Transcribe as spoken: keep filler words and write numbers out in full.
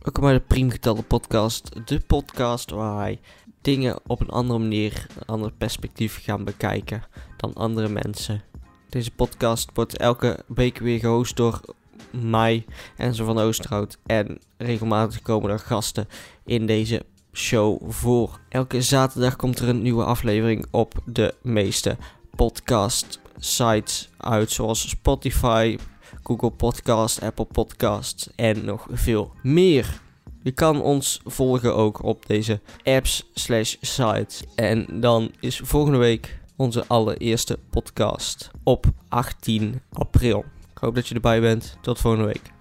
Welkom bij de Priemgetallen podcast, de podcast waar wij dingen op een andere manier, een ander perspectief gaan bekijken dan andere mensen. Deze podcast wordt elke week weer gehost door mij, Enzo van Oosterhout, en regelmatig komen er gasten in deze show voor. Elke zaterdag komt er een nieuwe aflevering op de meeste podcast sites uit, zoals Spotify, Google Podcast, Apple Podcasts en nog veel meer. Je kan ons volgen ook op deze apps slash sites. En dan is volgende week onze allereerste podcast op achttien april. Ik hoop dat je erbij bent. Tot volgende week.